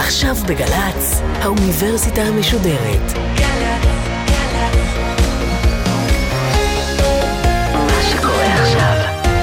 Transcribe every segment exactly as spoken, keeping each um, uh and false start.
עכשיו בגלץ, האוניברסיטה המשודרת. מה שקורה עכשיו.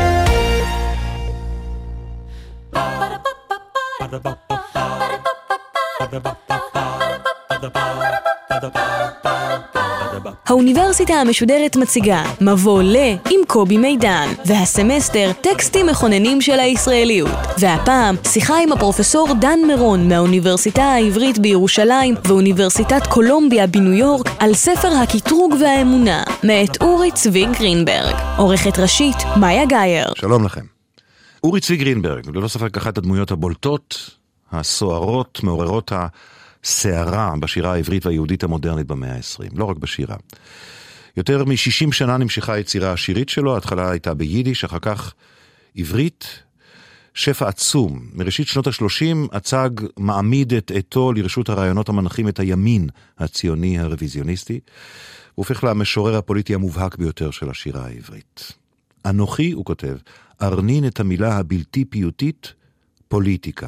האוניברסיטה המשודרת מציגה מבוא ל עם קובי מידן, והסמסטר טקסטים מכוננים של הישראליות. והפעם שיחה עם הפרופסור דן מירון מהאוניברסיטה העברית בירושלים ואוניברסיטת קולומביה בניו יורק על ספר הקטרוג והאמונה מאת אורי צבי גרינברג. עורכת ראשית מאיה גייר. שלום לכם. אורי צבי גרינברג, ללא ספק אחת הדמויות הבולטות, הסוערות, מעוררות ה... שערה בשירה העברית והיהודית המודרנית במאה ה-עשרים, לא רק בשירה. יותר מ-שישים שנה נמשכה היצירה השירית שלו, ההתחלה הייתה ביידיש, אחר כך עברית, שפע עצום. מראשית שנות ה-שלושים הצג מעמיד את עתו לרשות הרעיונות המנחים את הימין הציוני הרוויזיוניסטי, הוא הופך למשורר הפוליטי המובהק ביותר של השירה העברית. אנוכי, הוא כותב, ארנין את המילה הבלתי פיוטית, פוליטיקה.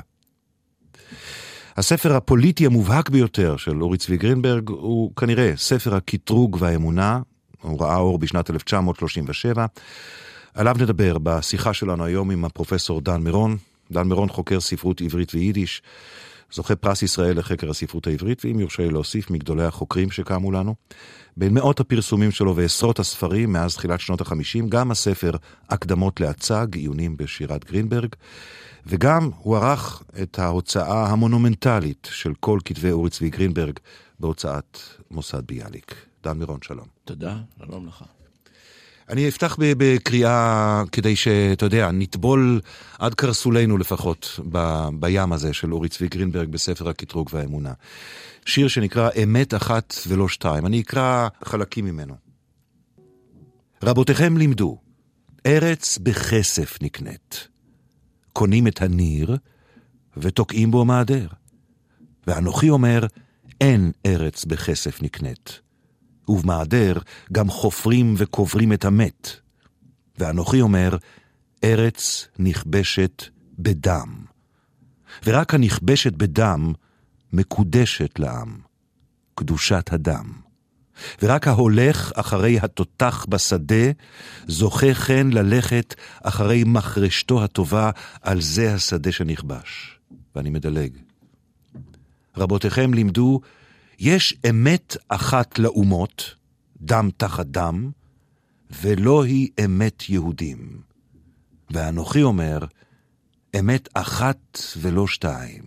הספר הפוליטי המובהק ביותר של אורי צבי גרינברג הוא כנראה ספר הקטרוג והאמונה, הוא ראה אור בשנת אלף תשע מאות שלושים ושבע, עליו נדבר בשיחה שלנו היום עם הפרופסור דן מירון. דן מירון חוקר ספרות עברית ויידיש, זוכה פרס ישראל לחקר הספרות העברית, ואם יורשה לי להוסיף מגדולי החוקרים שקמו לנו. בין מאות הפרסומים שלו ועשרות הספרים מאז תחילת שנות החמישים, גם הספר הקדמות להצג, עיונים בשירת גרינברג, וגם הוא ערך את ההוצאה המונומנטלית של כל כתבי אורי צבי גרינברג בהוצאת מוסד ביאליק. דן מירון, שלום. תודה, שלום לך. אני אפתח בקריאה כדי שאתה יודע, נטבול עד קרסולנו לפחות ב, בים הזה של אורי צבי גרינברג בספר הקטרוג והאמונה. שיר שנקרא אמת אחת ולא שתיים. אני אקרא חלקים ממנו. רבותיכם לימדו, ארץ בכסף נקנית. קונים את הניר ותוקעים בו מעדר. ואנוכי אומר, אין ארץ בכסף נקנית. ובמעדר גם חופרים וקוברים את המת. ואנוכי אומר, ארץ נכבשת בדם. ורק הנכבשת בדם מקודשת לעם, קדושת הדם. ורק ההולך אחרי התותח בשדה, זוכה כן ללכת אחרי מחרשתו הטובה על זה השדה שנכבש. ואני מדלג. רבותיכם לימדו, יש אמת אחת לאומות, דם תחת דם, ולא היא אמת יהודים. ואנוכי אומר, אמת אחת ולא שתיים.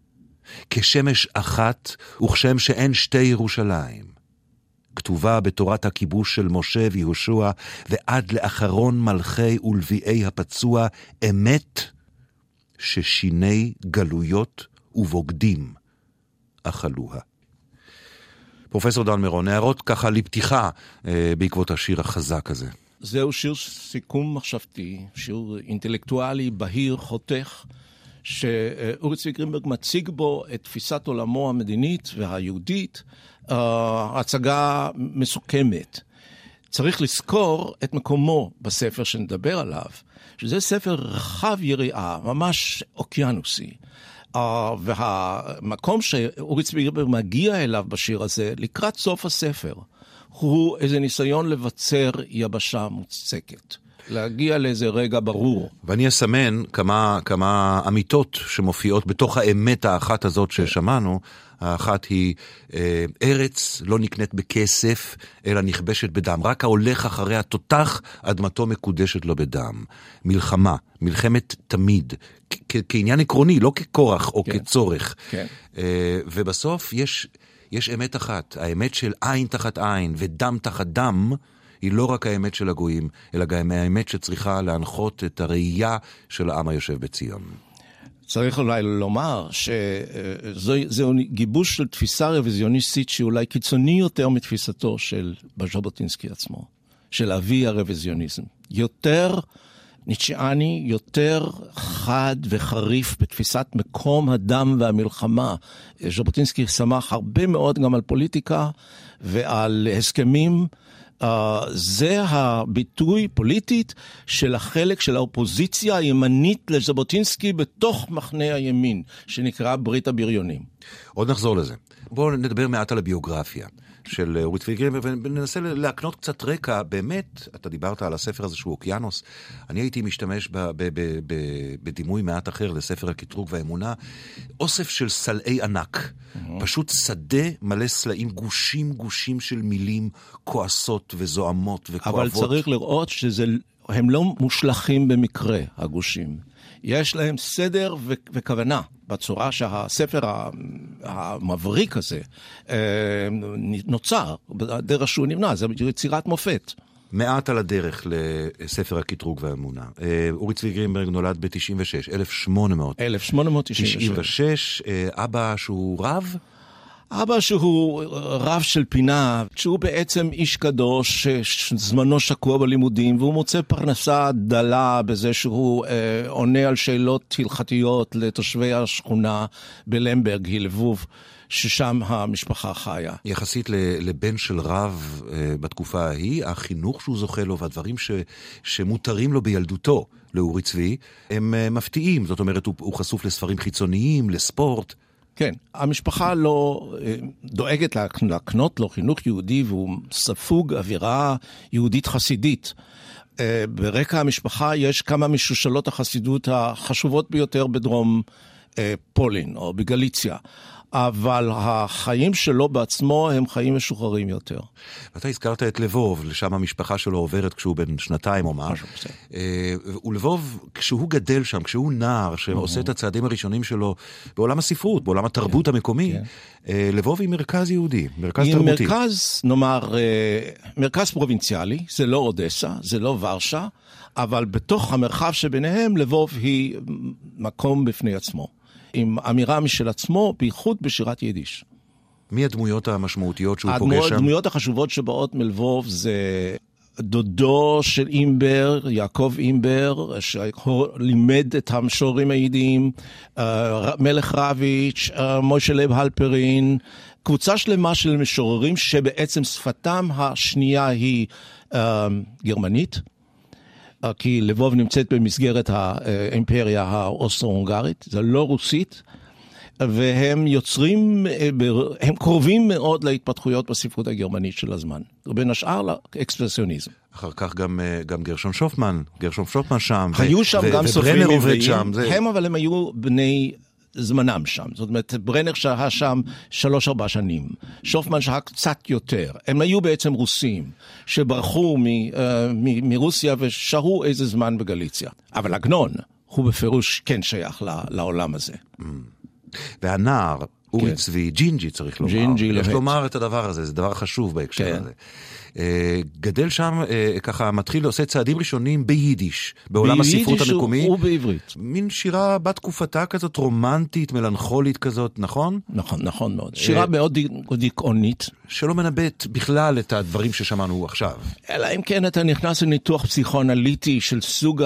כשמש אחת וכשם שאין שתי ירושלים. כתובה בתורת הכיבוש של משה ויהושע, ועד לאחרון מלכי ולביאי הפצוע, אמת ששיני גלויות ובוגדים אכלוה. פרופסור דן מירון, הערות ככה לפתיחה אה, בעקבות השיר החזק הזה. זהו שיר סיכום מחשבתי, שיר אינטלקטואלי, בהיר, חותך, שאורי צבי גרינברג מציג בו את תפיסת עולמו המדינית והיהודית, uh, הצגה מסוכמת. צריך לזכור את מקומו בספר שנדבר עליו, שזה ספר רחב יריעה, ממש אוקיינוסי. Uh, והמקום שאורי צבי גרינברג מגיע אליו בשיר הזה, לקראת סוף הספר, הוא איזה ניסיון לבצר יבשה מוצקת. להגיע לאיזה רגע ברור. ואני אסמן כמה, כמה אמיתות שמופיעות בתוך האמת האחת הזאת ששמענו. האחת היא, אה, ארץ לא נקנית בכסף, אלא נכבשת בדם. רק ההולך אחרי התותח, אדמתו מקודשת לו בדם. מלחמה, מלחמת תמיד, כ- כעניין עקרוני, לא ככורח או כן. כצורך. כן. אה, ובסוף יש, יש אמת אחת, האמת של עין תחת עין ודם תחת דם, היא לא רק האמת של הגויים, אלא גם האמת שצריכה להנחות את הראייה של העם היושב בציון. צריך אולי לומר שזהו גיבוש של תפיסה רוויזיוניסטית שאולי קיצוני יותר מתפיסתו של ז'בוטינסקי עצמו, של אבי הרוויזיוניזם. יותר ניטשיאני, יותר חד וחריף בתפיסת מקום הדם והמלחמה. ז'בוטינסקי שמח הרבה מאוד גם על פוליטיקה ועל הסכמים, Uh, זה הביטוי פוליטית של החלק של האופוזיציה הימנית לז'בוטינסקי בתוך מחנה הימין, שנקרא ברית הבריונים. עוד נחזור לזה. בואו נדבר מעט על הביוגרפיה של אורי צבי גרינברג, וננסה להקנות קצת רקע. באמת, אתה דיברת על הספר הזה שהוא אוקיינוס, אני הייתי משתמש ב- ב- ב- ב- בדימוי מעט אחר לספר הקטרוג והאמונה, אוסף של סלעי ענק, mm-hmm. פשוט שדה מלא סלעים, גושים גושים של מילים כועסות וזועמות וכואבות. אבל צריך לראות שהם לא מושלכים במקרה, הגושים. יש להם סדר ו- וכוונה, בצורה שהספר המבריק הזה נוצר, בדרך שהוא נמנע, זה יצירת מופת. מעט על הדרך לספר הקטרוג והאמונה. אורי צבי גרינברג נולד ב-תשעים ושש, אלף שמונה מאות תשעים ושש, אבא שהוא רב? אבא שהוא רב של פינה, שהוא בעצם איש קדוש, שזמנו שקוע בלימודים, והוא מוצא פרנסה דלה בזה שהוא אה, עונה על שאלות הלכתיות לתושבי השכונה בלמברג, היא לבוב, ששם המשפחה חיה. יחסית לבן של רב אה, בתקופה ההיא, החינוך שהוא זוכה לו והדברים ש, שמותרים לו בילדותו לאורי צבי, הם אה, מפתיעים. זאת אומרת, הוא, הוא חשוף לספרים חיצוניים, לספורט. כן, המשפחה לא דואגת להקנות לו חינוך יהודי, והוא ספוג אווירה יהודית חסידית. ברקע המשפחה יש כמה משושלות החסידות החשובות ביותר בדרום פולין או בגליציה. אבל החיים שלו בעצמו הם חיים משוחררים יותר. ואתה הזכרת את לבוב, לשם המשפחה שלו עוברת כשהוא בן שנתיים או משהו. ולבוב, כשהוא גדל שם, כשהוא נער, שעושה את הצעדים הראשונים שלו בעולם הספרות, בעולם התרבות המקומי, לבוב היא מרכז יהודי, מרכז תרבותי. היא מרכז, נאמר, מרכז פרובינציאלי, זה לא אודסה, זה לא ורשה, אבל בתוך המרחב שביניהם, לבוב היא מקום בפני עצמו. עם אמירה משל עצמו, בייחוד בשירת יידיש. מי הדמויות המשמעותיות שהוא פוגש שם? הדמויות החשובות שבאות מלבוב זה דודו של אימבר, יעקב אימבר, שלימד את המשוררים היידיים, מלך רביץ', מוישה לב הלפרין, קבוצה שלמה של משוררים שבעצם שפתם השנייה היא גרמנית, כי לבוב נמצאת במסגרת האימפריה האוסטרו-הונגרית, זה לא רוסית, והם יוצרים, הם קרובים מאוד להתפתחויות בספרות הגרמנית של הזמן, ובין השאר לאקספרסיוניזם. אחר כך גם, גם גרשון שופמן, גרשון שופמן שם. היו ו- שם ו- גם סופרים עבריים, זה... הם אבל הם היו בני זמנם שם, זאת אומרת, ברנר שהה שם שלוש ארבע שנים, שופמן שהה קצת יותר, הם היו בעצם רוסים, שברחו מ, uh, מ, מרוסיה ושהו איזה זמן בגליציה, אבל עגנון הוא בפירוש כן שייך לעולם הזה. Mm. והנער, אורי כן. צבי, ג'ינג'י צריך לומר, ג'ינג'י יש לוהט. לומר את הדבר הזה, זה דבר חשוב בהקשר כן. הזה. גדל שם, ככה מתחיל לעושה צעדים ראשונים ביידיש, בעולם הספרות המקומי. ובעברית. מין שירה בת תקופתה כזאת, רומנטית, מלנכולית כזאת, נכון? נכון, נכון מאוד. שירה מאוד דיכאונית. שלא מנבט בכלל את הדברים ששמענו עכשיו. אלא אם כן אתה נכנס לניתוח פסיכואנליטי של סוג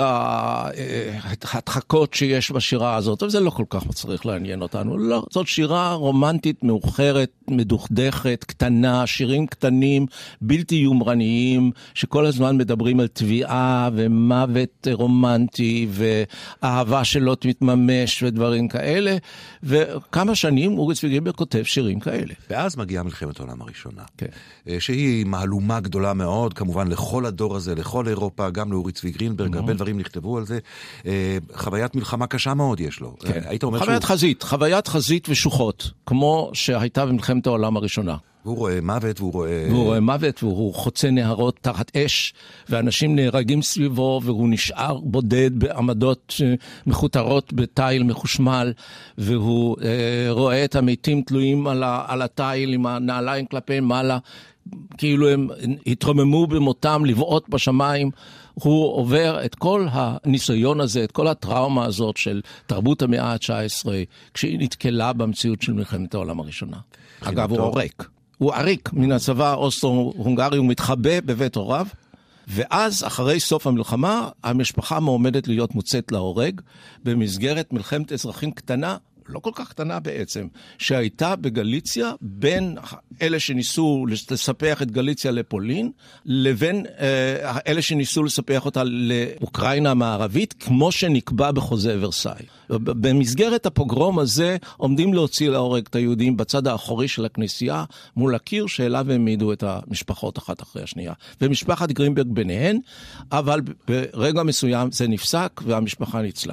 ההדחקות שיש בשירה הזאת, אבל זה לא כל כך מצריך לעניין אותנו. לא, זאת שירה רומנטית, מאוחרת, מדוכדכת, קטנה, שירים קטנים, בלתי יומרניים, שכל הזמן מדברים על תביעה ומוות רומנטי, ואהבה שלא מתממש ודברים כאלה, וכמה שנים אורי צבי גרינברג כותב שירים כאלה. ואז מגיעה מלחמת העולם הראשונה, כן. שהיא מהלומה גדולה מאוד, כמובן לכל הדור הזה, לכל אירופה, גם לאורי צבי גרינברג, הרבה דברים נכתבו על זה. חוויית מלחמה קשה מאוד יש לו. כן. היית אומר חוויית שהוא... חזית, חוויית חזית ושוחות, כמו שהייתה במלחמת העולם הראשונה. והוא רואה מוות, והוא רואה... והוא רואה מוות, והוא חוצה נהרות תחת אש, ואנשים נהרגים סביבו, והוא נשאר בודד בעמדות מחותרות בתיל מחושמל, והוא אה, רואה את המתים תלויים על, ה, על התיל עם הנעליים כלפי מעלה, כאילו הם התרוממו במותם לבעוט בשמיים. הוא עובר את כל הניסיון הזה, את כל הטראומה הזאת של תרבות המאה ה-תשע עשרה, כשהיא נתקלה במציאות של מלחמת העולם הראשונה. אגב, הוא עורק. הוא עריק מן הצבא האוסטרו-הונגרי, הוא מתחבא בבית הוריו, ואז אחרי סוף המלחמה, המשפחה מועמדת להיות מוצאת להורג, במסגרת מלחמת אזרחים קטנה, לא כל כך קטנה בעצם, שהייתה בגליציה בין אלה שניסו לספח את גליציה לפולין, לבין אה, אלה שניסו לספח אותה לאוקראינה המערבית, כמו שנקבע בחוזה ורסאי. במסגרת הפוגרום הזה עומדים להוציא להורג את היהודים בצד האחורי של הכנסייה, מול הקיר שאליו העמידו את המשפחות אחת אחרי השנייה. ומשפחת גרינברג ביניהן, אבל ברגע מסוים זה נפסק והמשפחה ניצלה.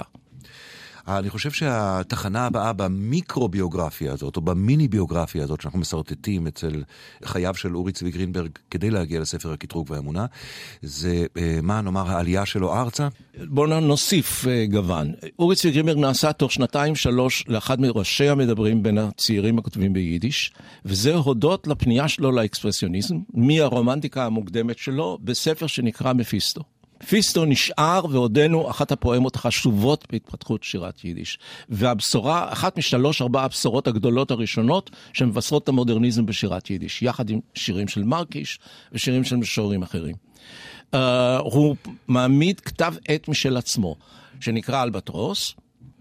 אני חושב שהתחנה הבאה במיקרוביוגרפיה הזאת, או במיני-ביוגרפיה הזאת, שאנחנו מסרטטים אצל חייו של אורי צבי גרינברג, כדי להגיע לספר הקטרוג והאמונה, זה, מה נאמר, העלייה שלו ארצה? בואו נוסיף גוון. אורי צבי גרינברג נעשה תוך שנתיים שלוש לאחד מראשי המדברים בין הצעירים הכותבים ביידיש, וזה הודות לפנייה שלו לאקספרסיוניזם, מהרומנטיקה המוקדמת שלו, בספר שנקרא מפיסטו. מפיסטו נשאר ועודנו אחת הפואמות החשובות בהתפתחות שירת יידיש. והבשורה, אחת משלוש ארבע הבשורות הגדולות הראשונות שמבשרות את המודרניזם בשירת יידיש, יחד עם שירים של מרקיש ושירים של משוררים אחרים. Uh, הוא מעמיד כתב עת משל עצמו, שנקרא אלבטרוס,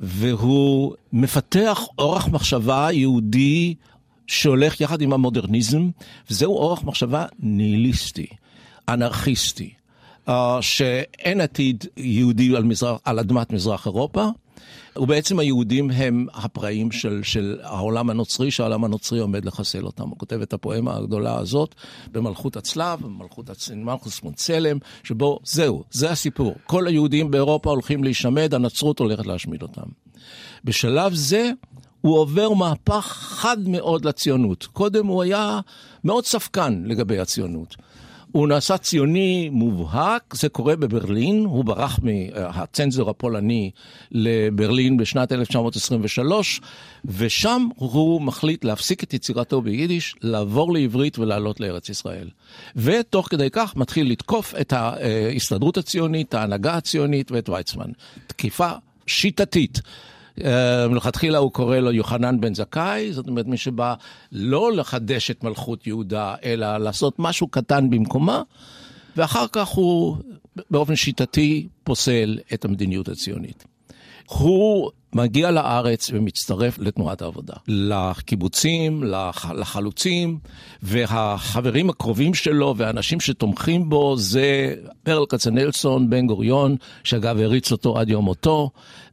והוא מפתח אורח מחשבה יהודי שהולך יחד עם המודרניזם, וזהו אורח מחשבה ניהיליסטי, אנרכיסטי. Uh, שאין עתיד יהודי על, מזרח, על אדמת מזרח אירופה, ובעצם היהודים הם הפראים של, של העולם הנוצרי, שהעולם הנוצרי עומד לחסל אותם. הוא כותב את הפואמה הגדולה הזאת במלכות הצלב, במלכות מלכוס מונצלם, שבו זהו, זה הסיפור. כל היהודים באירופה הולכים להישמד, הנצרות הולכת להשמיד אותם. בשלב זה הוא עובר מהפך חד מאוד לציונות. קודם הוא היה מאוד ספקן לגבי הציונות. הוא נעשה ציוני מובהק, זה קורה בברלין, הוא ברח מהצנזור הפולני לברלין בשנת אלף תשע מאות עשרים ושלוש, ושם הוא מחליט להפסיק את יצירתו ביידיש, לעבור לעברית ולעלות לארץ ישראל. ותוך כדי כך מתחיל לתקוף את ההסתדרות הציונית, ההנהגה הציונית ואת ויצמן. תקיפה שיטתית. מלכתחילה הוא קורא לו יוחנן בן זכאי, זאת אומרת מי שבא לא לחדש את מלכות יהודה, אלא לעשות משהו קטן במקומה, ואחר כך הוא באופן שיטתי פוסל את המדיניות הציונית. הוא מגיע לארץ ומצטרף לתנועת העבודה, לקיבוצים, לחלוצים, והחברים הקרובים שלו והאנשים שתומכים בו זה ברל כצנלסון, בן גוריון, שאגב הריץ אותו עד יום מותו.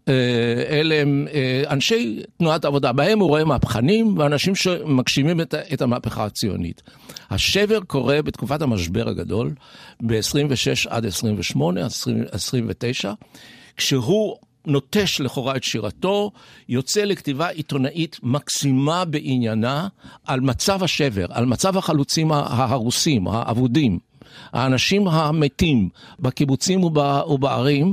אלה הם אנשי תנועת העבודה, בהם הוא רואה מהפכנים ואנשים שמגשימים את, את המהפכה הציונית. השבר קורה בתקופת המשבר הגדול, ב-עשרים ושש עד עשרים ושמונה, עשרים ותשע, כשהוא נוטש לכאורה את שירתו, יוצא לכתיבה עיתונאית מקסימה בעניינה על מצב השבר, על מצב החלוצים ההרוסים, האבודים, האנשים המתים בקיבוצים ובערים,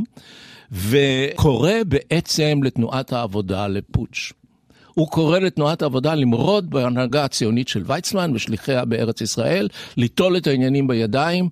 וקורא בעצם לתנועת העבודה לפוטש. הוא קורא לתנועת העבודה למרוד בהנהגה הציונית של ויצמן ושליחיה בארץ ישראל, ליטול את העניינים בידיים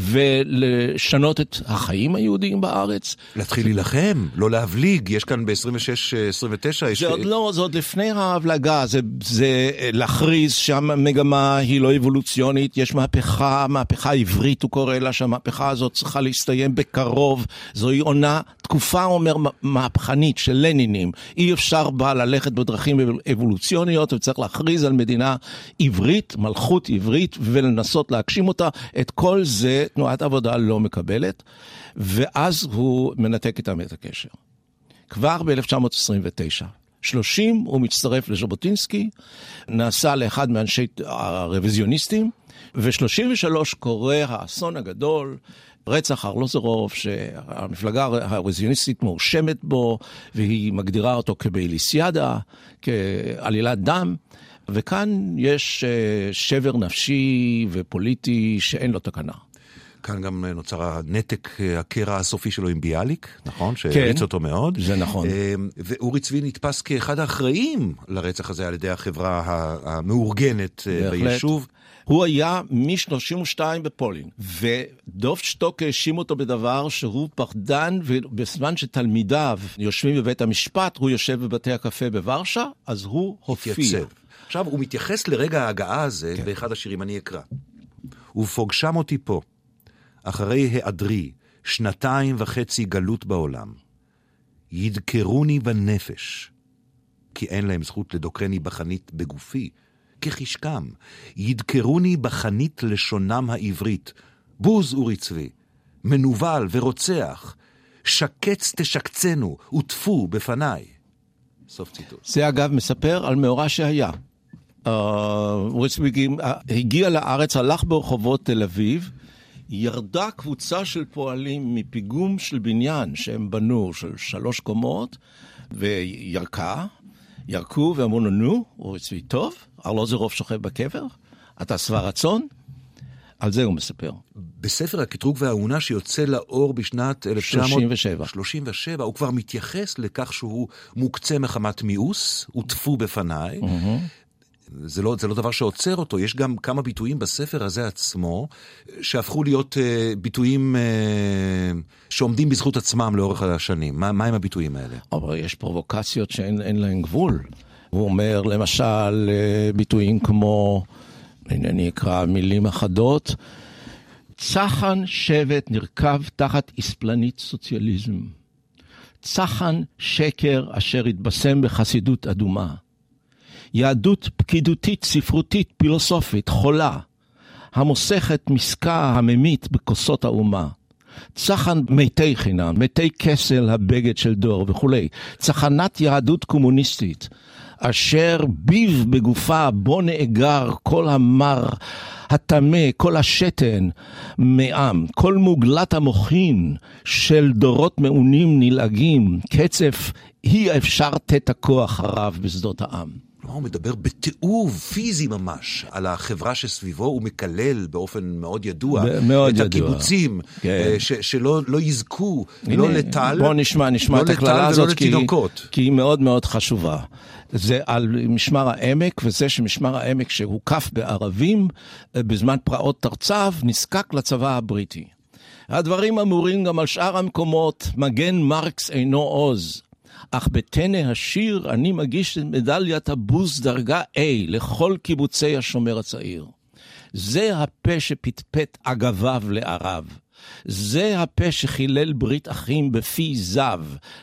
ולשנות את החיים היהודיים בארץ. להתחיל להילחם, לא להבליג, יש כאן ב-עשרים ושש עשרים ותשע. יש... זה עוד לא, זה עוד לפני ההבלגה, זה, זה להכריז שהמגמה היא לא אבולוציונית, יש מהפכה, מהפכה עברית הוא קורא לה, שהמהפכה הזאת צריכה להסתיים בקרוב, זוהי עונה, תקופה אומר מהפכנית של לנינים, אי אפשר בה ללכת בדרכים אבולוציוניות, וצריך להכריז על מדינה עברית, מלכות עברית, ולנסות להגשים אותה. את כל זה תנועת עבודה לא מקבלת, ואז הוא מנתק איתם את הקשר. כבר ב-אלף תשע מאות עשרים ותשע, שלושים הוא מצטרף לז'בוטינסקי, נעשה לאחד מאנשי הרוויזיוניסטים, ו-שלושים ושלוש קורה האסון הגדול, רצח ארלוזורוב, שהמפלגה הרוויזיוניסטית מורשמת בו, והיא מגדירה אותו כבייליסיאדה, כעלילת דם, וכאן יש שבר נפשי ופוליטי שאין לו תקנה. כאן גם נוצר הנתק, הקרע הסופי שלו עם ביאליק, נכון? שהריץ אותו מאוד. זה נכון. ואורי צבי נתפס כאחד האחראים לרצח הזה על ידי החברה המאורגנת ביישוב. הוא היה מ-שלושים ושתיים בפולין, ודוב שטוק האשים אותו בדבר שהוא פחדן, ובזמן שתלמידיו יושבים בבית המשפט, הוא יושב בבתי הקפה בוורשה, אז הוא הופיע. עכשיו, הוא מתייחס לרגע ההגעה הזה, כן. באחד השירים אני אקרא. ופוגשם אותי פה, אחרי היעדרי, שנתיים וחצי גלות בעולם, ידקרוני בנפש, כי אין להם זכות לדוקרני בחנית בגופי. כחישקם, ידקרוני בחנית לשונם העברית. בוז אורי צבי, מנובל ורוצח, שקץ תשקצנו וטפו בפניי. סוף ציטוט. זה אגב מספר על מאורע שהיה. אורי צבי הגיע לארץ, הלך ברחובות תל אביב, ירדה קבוצה של פועלים מפיגום של בניין שהם בנו של שלוש קומות, וירקה, ירקו ואמרו לו, נו, אורי צבי טוב, ארלוזורוב שוכב בקבר, אתה שבע רצון? על זה הוא מספר. בספר הקטרוג והאונה שיוצא לאור בשנת אלף תשע מאות שלושים ושבע, הוא כבר מתייחס לכך שהוא מוקצה מחמת מיאוס, וטפו בפניי. זה לא, זה לא דבר שעוצר אותו. יש גם כמה ביטויים בספר הזה עצמו, שהפכו להיות uh, ביטויים uh, שעומדים בזכות עצמם לאורך השנים. מה, מה הם הביטויים האלה? אבל יש פרובוקציות שאין להן גבול. הוא אומר, למשל, ביטויים כמו, אני אקרא מילים אחדות, צחן שבט נרכב תחת אספלנית סוציאליזם. צחן שקר אשר התבשם בחסידות אדומה. יהדות פקידותית, ספרותית, פילוסופית, חולה, המוסכת מסקה הממית בכוסות האומה. צחן מתי חינם, מתי כסל הבגד של דור וכו'. צחנת יהדות קומוניסטית, אשר ביב בגופה בו נאגר כל המר, התמה, כל השתן מעם, כל מוגלת המוחין של דורות מעונים נלעגים, קצף היא אפשר תת הכוח הרב בשדות העם. הוא מדבר בתיאור פיזי ממש על החברה שסביבו, הוא מקלל באופן מאוד ידוע מאוד את ידוע. הקיבוצים, כן. ש, שלא לא יזכו, הנה, לא לטל, בוא נשמע, נשמע לא את הכללה הזאת, כי, כי היא מאוד מאוד חשובה. זה על משמר העמק, וזה שמשמר העמק שהוקף בערבים, בזמן פרעות תרצב, נזקק לצבא הבריטי. הדברים אמורים גם על שאר המקומות, מגן מרקס אינו עוז. אך בתנה השיר אני מגיש מדליית הבוז דרגה A לכל קיבוצי השומר הצעיר. זה הפה שפטפט אגביו לערב. זה הפה שחילל ברית אחים בפי זב,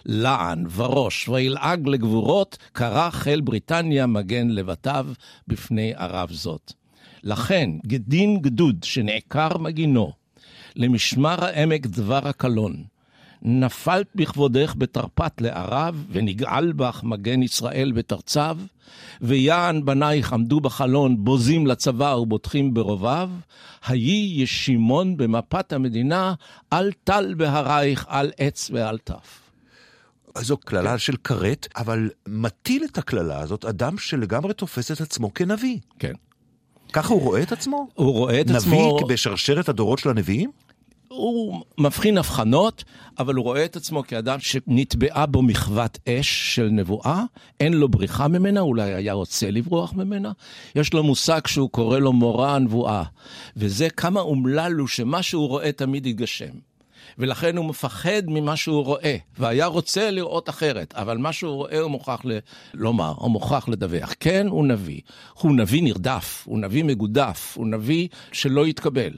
לען וראש, וילעג לגבורות, קרא חיל בריטניה מגן לבטיו בפני ערב זאת. לכן גדין גדוד שנעקר מגינו, למשמר העמק דבר הקלון, נפלת בכבודך בתרפת לערב, ונגעל בך מגן ישראל בתרצב, ויען בנייך עמדו בחלון, בוזים לצבא ובוטחים ברובב, היי ישימון במפת המדינה, אל טל בהרייך, על עץ ועל טף. זו כללה של קראת, אבל מטיל את הכללה הזאת אדם שלגמרי תופס את עצמו כנביא. כן. ככה הוא רואה את עצמו? הוא רואה את עצמו... נביא בשרשרת הדורות של הנביאים? הוא מבחין הבחנות, אבל הוא רואה את עצמו כאדם שנטבעה בו מחוות אש של נבואה, אין לו בריחה ממנה, אולי היה רוצה לברוח ממנה, יש לו מושג שהוא קורא לו מורה הנבואה, וזה כמה אומלל הוא שמה שהוא רואה תמיד יתגשם. ולכן הוא מפחד ממה שהוא רואה, והיה רוצה לראות אחרת, אבל מה שהוא רואה הוא מוכרח לומר, הוא מוכרח לדווח. כן, הוא נביא, הוא נביא נרדף, הוא נביא מגודף, הוא נביא שלא יתקבל.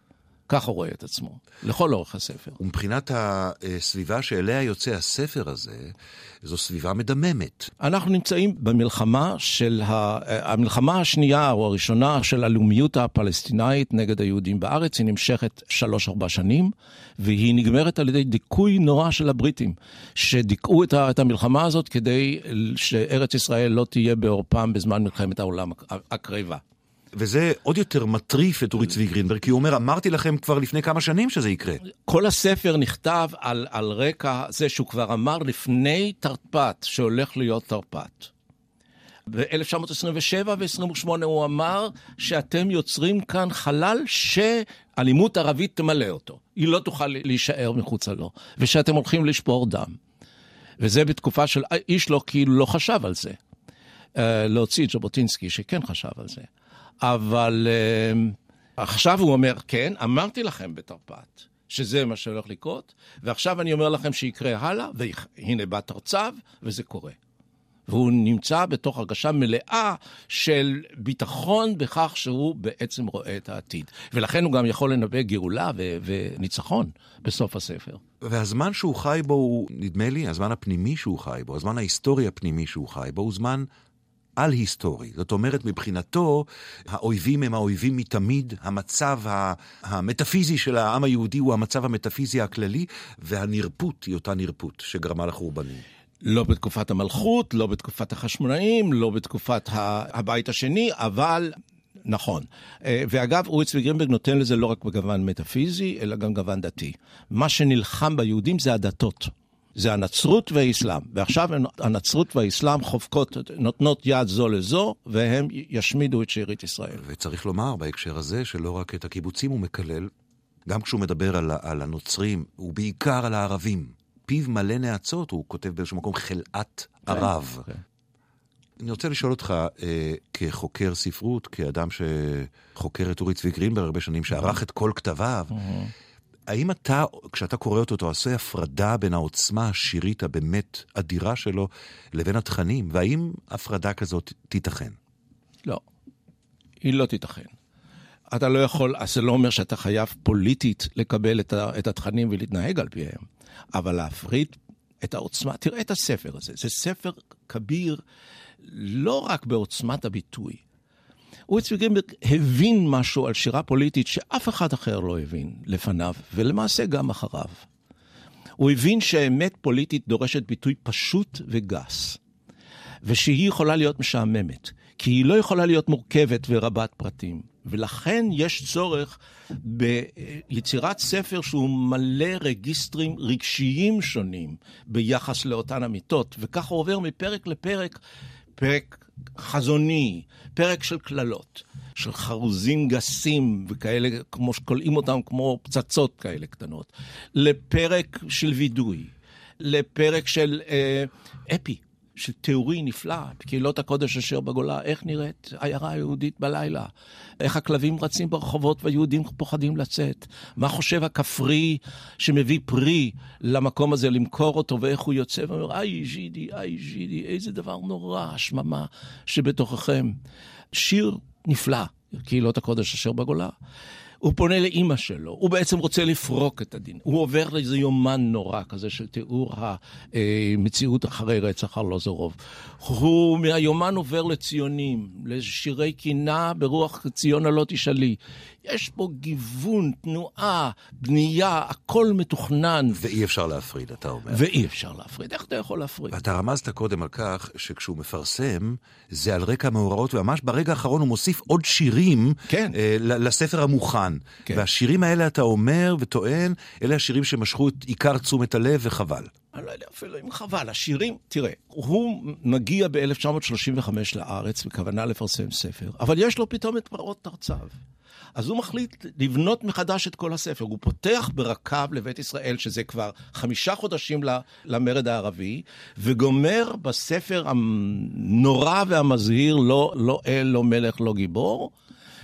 כך הוא רואה את עצמו, לכל אורך הספר. ומבחינת הסביבה שאליה יוצא הספר הזה, זו סביבה מדממת. אנחנו נמצאים במלחמה של, המלחמה השנייה או הראשונה של הלאומיות הפלסטינאית נגד היהודים בארץ, היא נמשכת שלוש ארבע שנים, והיא נגמרת על ידי דיכוי נורא של הבריטים, שדיכאו את המלחמה הזאת כדי שארץ ישראל לא תהיה בעורפם בזמן מלחמת העולם הקרבה. וזה עוד יותר מטריף את אורי צבי גרינברג, כי הוא אומר, אמרתי לכם כבר לפני כמה שנים שזה יקרה. כל הספר נכתב על, על רקע זה שהוא כבר אמר לפני תרפ"ט, שהולך להיות תרפ"ט. ב-אלף תשע מאות עשרים ושבע ו-עשרים ושמונה הוא אמר שאתם יוצרים כאן חלל שאלימות ערבית תמלא אותו. היא לא תוכל להישאר מחוצה לו, ושאתם הולכים לשפור דם. וזה בתקופה של איש לא כאילו לא חשב על זה. להוציא את ז'בוטינסקי שכן חשב על זה. אבל uh, עכשיו הוא אומר, כן, אמרתי לכם בתרפ"ט, שזה מה שהולך לקרות, ועכשיו אני אומר לכם שיקרה הלאה, והנה בא תרצב, וזה קורה. והוא נמצא בתוך הרגשה מלאה של ביטחון בכך שהוא בעצם רואה את העתיד. ולכן הוא גם יכול לנבא גאולה ו- וניצחון בסוף הספר. והזמן שהוא חי בו הוא, נדמה לי, הזמן הפנימי שהוא חי בו, הזמן ההיסטורי הפנימי שהוא חי בו, הוא זמן על היסטורי. זאת אומרת, מבחינתו, האויבים הם האויבים מתמיד, המצב המטאפיזי של העם היהודי הוא המצב המטאפיזי הכללי, והנרפות היא אותה נרפות שגרמה לחורבנים. לא בתקופת המלכות, לא בתקופת החשמונאים, לא בתקופת הבית השני, אבל נכון. ואגב, אורי צבי גרינברג נותן לזה לא רק בגוון מטאפיזי, אלא גם גוון דתי. מה שנלחם ביהודים זה הדתות. זה הנצרות והאסלאם. ועכשיו הנצרות והאסלאם חובקות, נותנות יד זו לזו, והם ישמידו את שארית ישראל. וצריך לומר בהקשר הזה שלא רק את הקיבוצים הוא מקלל, גם כשהוא מדבר על, על הנוצרים, הוא בעיקר על הערבים. פיו מלא נאצות, הוא כותב באיזשהו מקום חלאת ערב. Okay. אני רוצה לשאול אותך, אה, כחוקר ספרות, כאדם שחוקר את אורי צבי גרינברג הרבה שנים, שערך את כל כתביו, האם אתה, כשאתה קורא אותו, אתה עושה הפרדה בין העוצמה השירית הבאמת אדירה שלו, לבין התכנים, והאם הפרדה כזאת תיתכן? לא, היא לא תיתכן. אתה לא יכול, אז זה לא אומר שאתה חייב פוליטית לקבל את, ה, את התכנים ולהתנהג על פיהם, אבל להפריד את העוצמה, תראה את הספר הזה, זה ספר כביר, לא רק בעוצמת הביטוי. אורי צבי גרינברג הבין משהו על שירה פוליטית שאף אחד אחר לא הבין לפניו, ולמעשה גם אחריו. הוא הבין שהאמת פוליטית דורשת ביטוי פשוט וגס, ושהיא יכולה להיות משעממת, כי היא לא יכולה להיות מורכבת ורבת פרטים. ולכן יש צורך ביצירת ספר שהוא מלא רגיסטרים רגשיים שונים ביחס לאותן אמיתות, וכך הוא עובר מפרק לפרק, פרק חזוני, פרק של כללות, של חרוזים גסים וכאלה, כמו שקולעים אותם כמו פצצות כאלה קטנות, לפרק של וידוי, לפרק של אה, אפי, של תיאורי נפלא, בקהילות הקודש אשר בגולה, איך נראית עיירה היהודית בלילה, איך הכלבים רצים ברחובות והיהודים פוחדים לצאת, מה חושב הכפרי שמביא פרי למקום הזה למכור אותו, ואיך הוא יוצא ואומר, איי ז'ידי, איי ז'ידי, איזה דבר נורא, השממה שבתוככם. שיר נפלא, קהילות הקודש אשר בגולה. הוא פונה לאמא שלו, הוא בעצם רוצה לפרוק את הדין. הוא עובר לאיזה יומן נורא כזה של תיאור המציאות אחרי רצח ארלוזורוב. הוא מהיומן עובר לציונים, לשירי קינה ברוח ציון הלא תשאלי. יש פה גיוון, תנועה, בנייה, הכל מתוכנן. ואי אפשר להפריד, אתה אומר. ואי אפשר להפריד. איך אתה יכול להפריד? ואתה רמזת קודם על כך שכשהוא מפרסם, זה על רקע מאורעות, וממש ברגע האחרון הוא מוסיף עוד שירים כן. אה, לספר המוכן. כן. והשירים האלה אתה אומר וטוען, אלה השירים שמשכו את עיקר תשומת הלב וחבל. אני לא יודע אפילו אם חבל. השירים, תראה, הוא מגיע ב-אלף תשע מאות שלושים וחמש לארץ בכוונה לפרסם ספר, אבל יש לו פתאום את פרעות תרצב. אז הוא מחליט לבנות מחדש את כל הספר. הוא פותח ברקב לבית ישראל, שזה כבר חמישה חודשים למרד הערבי, וגומר בספר הנורא והמזהיר, לא, לא אל, לא מלך, לא גיבור,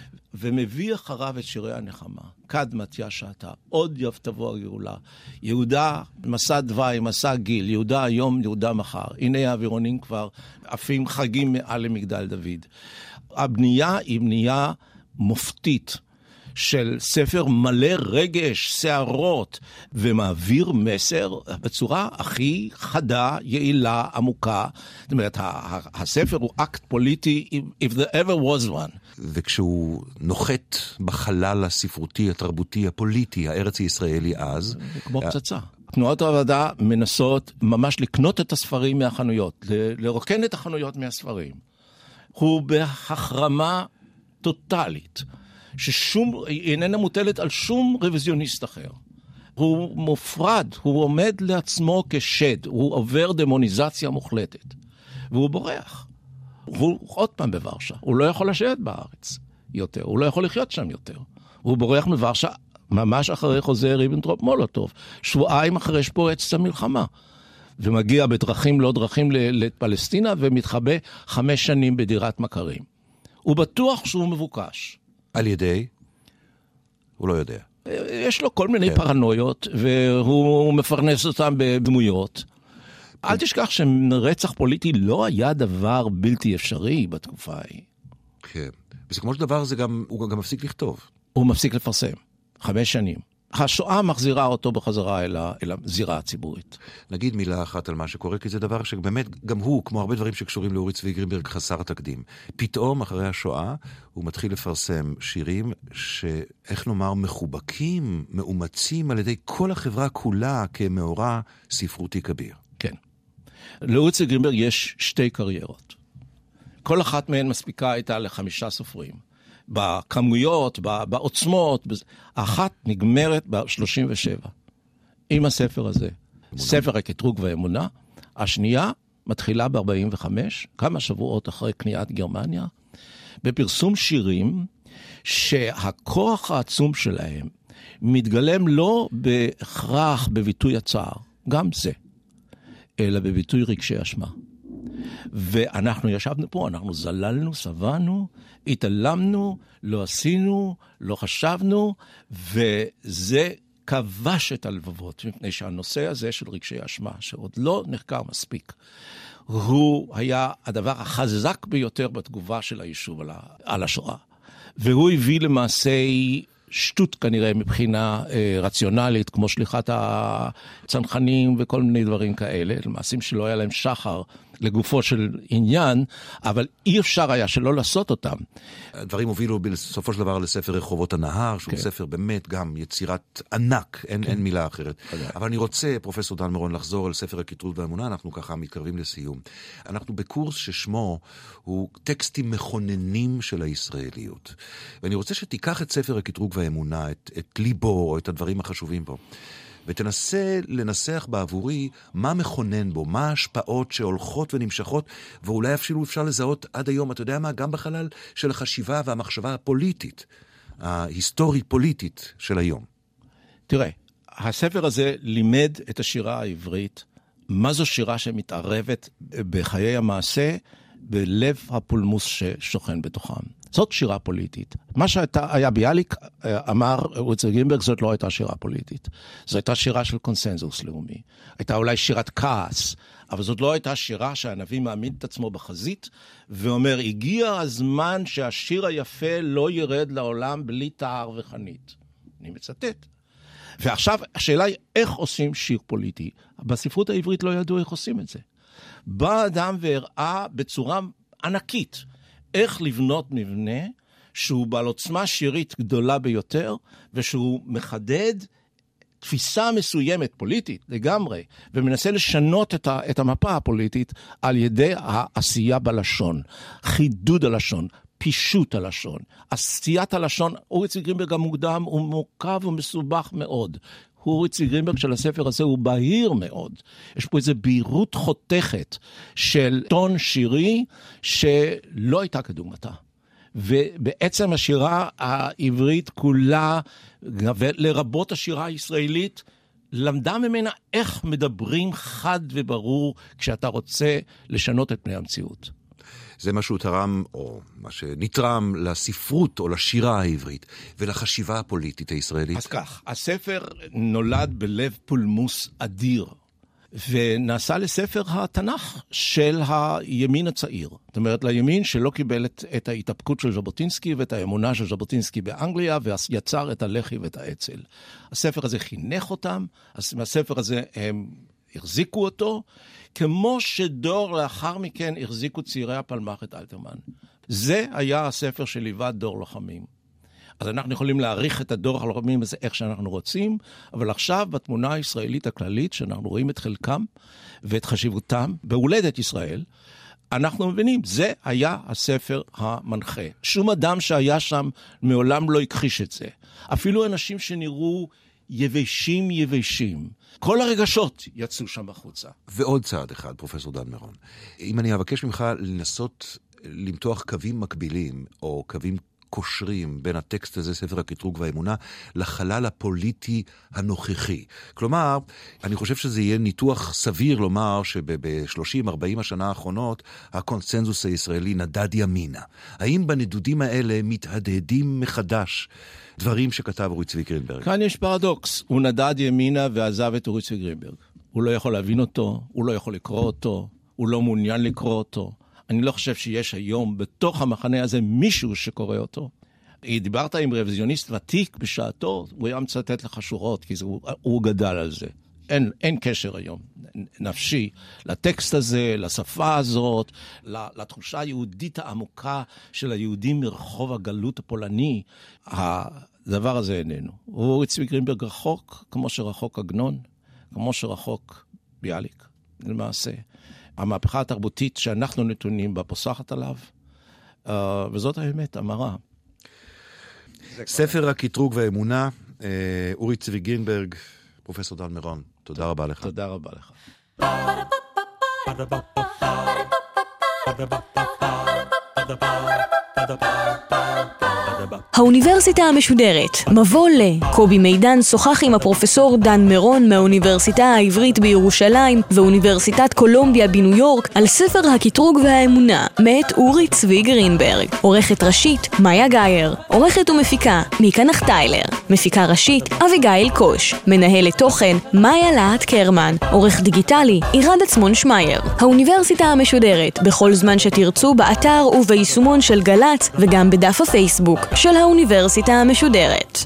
ומביא אחריו את שירי הנחמה. כד מתיה שעתה, עוד יבטבו הגאולה. יהודה, מסע דווי, מסע גיל, יהודה היום, יהודה מחר. הנה האווירונים כבר עפים חגים מעל למגדל דוד. הבנייה היא בנייה מופתית של ספר מלא רגש, שערות, ומעביר מסר בצורה הכי חדה, יעילה, עמוקה. זאת אומרת, הספר הוא אקט פוליטי, if there ever was one. וכשהוא נוחת בחלל הספרותי, התרבותי, הפוליטי, הארץ הישראלי אז... כמו פצצה. תנועות העבודה מנסות ממש לקנות את הספרים מהחנויות, לרוקן את החנויות מהספרים. הוא בהחרמה טוטלית, ששום, איננה מוטלת על שום רוויזיוניסט אחר. הוא מופרד, הוא עומד לעצמו כשד, הוא עובר דמוניזציה מוחלטת, והוא בורח. הוא עוד פעם בוורשה, הוא לא יכול לשבת בארץ יותר, הוא לא יכול לחיות שם יותר. הוא בורח מוורשה ממש אחרי חוזה ריבנטרופ מולוטוב, שבועיים אחרי שפורץ המלחמה, ומגיע בדרכים לא דרכים לפלסטינה, ומתחבא חמש שנים בדירת מכרים. הוא בטוח שהוא מבוקש. על ידי? הוא לא יודע. יש לו כל מיני כן. פרנויות, והוא מפרנס אותם בדמויות. אל תשכח שרצח פוליטי לא היה דבר בלתי אפשרי בתקופה ההיא. כן. בסיכומו של דבר זה גם, הוא גם מפסיק לכתוב. הוא מפסיק לפרסם. חמש שנים. השואה מחזירה אותו בחזרה אל, ה, אל הזירה הציבורית. נגיד מילה אחת על מה שקורה, כי זה דבר שבאמת, גם הוא, כמו הרבה דברים שקשורים לאורי צבי גרינברג, חסר תקדים. פתאום, אחרי השואה, הוא מתחיל לפרסם שירים שאיך נאמר, מחובקים, מאומצים על ידי כל החברה כולה כמאורע ספרותי כביר. כן. לאורי צבי גרינברג יש שתי קריירות. כל אחת מהן מספיקה הייתה לחמישה סופרים. בכמויות, בעוצמות, האחת נגמרת ב-שלושים ושבע, עם הספר הזה. אמונה. ספר הקטרוג והאמונה. השנייה מתחילה ב-ארבעים וחמש, כמה שבועות אחרי כניעת גרמניה, בפרסום שירים שהכוח העצום שלהם מתגלם לא בהכרח בביטוי הצער, גם זה, אלא בביטוי רגשי אשמה. ואנחנו ישבנו פה, אנחנו זללנו, סבנו, התעלמנו, לא עשינו, לא חשבנו, וזה כבש את הלבבות, מפני שהנושא הזה של רגשי אשמה, שעוד לא נחקר מספיק, הוא היה הדבר החזק ביותר בתגובה של היישוב על, על השואה. והוא הביא למעשה שטות כנראה מבחינה אה, רציונלית, כמו שליחת הצנחנים וכל מיני דברים כאלה, למעשים שלא היה להם שחר לגופו של עניין, אבל אי אפשר היה שלא לעשות אותם. הדברים הובילו בסופו של דבר לספר רחובות הנהר, שהוא כן. ספר באמת גם יצירת ענק, אין, כן. אין מילה אחרת. כן. אבל אני רוצה, פרופסור דן מרון, לחזור על ספר הקטרוג והאמונה, אנחנו ככה מתקרבים לסיום. אנחנו בקורס ששמו הוא טקסטים מכוננים של הישראליות. ואני רוצה שתיקח את ספר הקטרוג והאמונה, את, את ליבו או את הדברים החשובים בו. ותנסה לנסח בעבורי מה מכונן בו, מה ההשפעות שהולכות ונמשכות, ואולי אפילו אפשר לזהות עד היום, אתה יודע מה, גם בחלל של החשיבה והמחשבה הפוליטית, ההיסטורית-פוליטית של היום. תראה, הספר הזה לימד את השירה העברית, מה זו שירה שמתערבת בחיי המעשה, בלב הפולמוס ששוכן בתוכם. זאת שירה פוליטית. מה שהיה ביאליק אמר אורי צבי גרינברג, זאת לא הייתה שירה פוליטית. זו הייתה שירה של קונסנזוס לאומי. הייתה אולי שירת כעס, אבל זאת לא הייתה שירה שהנביא מעמיד את עצמו בחזית, ואומר, הגיע הזמן שהשיר היפה לא ירד לעולם בלי תאר וחנית. אני מצטט. ועכשיו, השאלה היא, איך עושים שיר פוליטי? בספרות העברית לא ידעו איך עושים את זה. בא אדם והראה בצורה ענקית, איך לבנות מבנה שהוא בעל עוצמה שירית גדולה ביותר, ושהוא מחדד תפיסה מסוימת פוליטית לגמרי, ומנסה לשנות את, ה, את המפה הפוליטית על ידי העשייה בלשון, חידוד הלשון, פישוט הלשון, עשיית הלשון. אורי צבי גרינברג המוקדם הוא מורכב ומסובך מאוד. אורי צבי גרינברג של הספר הזה הוא בהיר מאוד. יש פה איזו בהירות חותכת של טון שירי שלא הייתה כדוגמתה. ובעצם השירה העברית כולה, לרבות השירה הישראלית, למדה ממנה איך מדברים חד וברור כשאתה רוצה לשנות את פני המציאות. זה מה שהוא תרם, או מה שנתרם לספרות או לשירה העברית, ולחשיבה הפוליטית הישראלית. אז כך, הספר נולד בלב פולמוס אדיר, ונעשה לספר התנ"ך של הימין הצעיר. זאת אומרת, לימין שלא קיבל את, את ההתאפקות של ז'בוטינסקי ואת האמונה של ז'בוטינסקי באנגליה, ויצר את הלח"י ואת האצ"ל. הספר הזה חינך אותם, הספר הזה הם החזיקו אותו, כמו שדור לאחר מכן החזיקו צעירי הפלמ"ח את אלתרמן. זה היה הספר שליווה דור לוחמים. אז אנחנו יכולים להעריך את הדור הלוחמים הזה איך שאנחנו רוצים, אבל עכשיו בתמונה הישראלית הכללית, שאנחנו רואים את חלקם ואת חשיבותם בהולדת ישראל, אנחנו מבינים, זה היה הספר המנחה. שום אדם שהיה שם מעולם לא הכחיש את זה. אפילו אנשים שנראו יבשים יבשים. כל הרגשות יצאו שם החוצה. ועוד צעד אחד, פרופסור דן מרון. אם אני אבקש ממך לנסות למתוח קווים מקבילים, או קווים קושרים בין הטקסט הזה, ספר הקטרוג והאמונה, לחלל הפוליטי הנוכחי. כלומר, אני חושב שזה יהיה ניתוח סביר לומר שב-שלושים ארבעים השנה האחרונות, הקונסנזוס הישראלי נדד ימינה. האם בנדודים האלה מתהדהדים מחדש דברים שכתב אורי צבי גרינברג? כאן יש פרדוקס. הוא נדד ימינה ועזב את אורי צבי גרינברג. הוא לא יכול להבין אותו, הוא לא יכול לקרוא אותו, הוא לא מעוניין לקרוא אותו. אני לא חושב שיש היום בתוך המחנה הזה מישהו שקורא אותו. דיברת עם רוויזיוניסט ותיק בשעתו, הוא היה מצטט לך שורות, כי זה, הוא, הוא גדל על זה. אין, אין קשר היום נפשי לטקסט הזה, לשפה הזאת, לתחושה היהודית העמוקה של היהודים מרחוב הגלות הפולני. הדבר הזה איננו. אורי צבי גרינברג רחוק, כמו שרחוק עגנון, כמו שרחוק ביאליק. למעשה, המהפכה התרבותית שאנחנו נתונים בה פוסחת עליו, וזאת האמת, המרה. ספר הקטרוג והאמונה, אורי צבי גרינברג, פרופסור דן מירון, תודה רבה לך. תודה רבה לך. האוניברסיטה המשודרת, מבוא ל. קובי מידן שוחח עם הפרופסור דן מירון מהאוניברסיטה העברית בירושלים ואוניברסיטת קולומביה בניו יורק על ספר הקטרוג והאמונה מאת אורי צבי גרינברג. עורכת ראשית מאיה גייר, עורכת ומפיקה מיקה נחטיילר, מפיקה ראשית אביגיל קוש, מנהלת תוכן מאיה להט קרמן, עורך דיגיטלי עירד עצמון שמייר. האוניברסיטה המשודרת בכל זמן שתרצו באתר וביישומון של גל"צ וגם בדף הפייסבוק של האוניברסיטה המשודרת.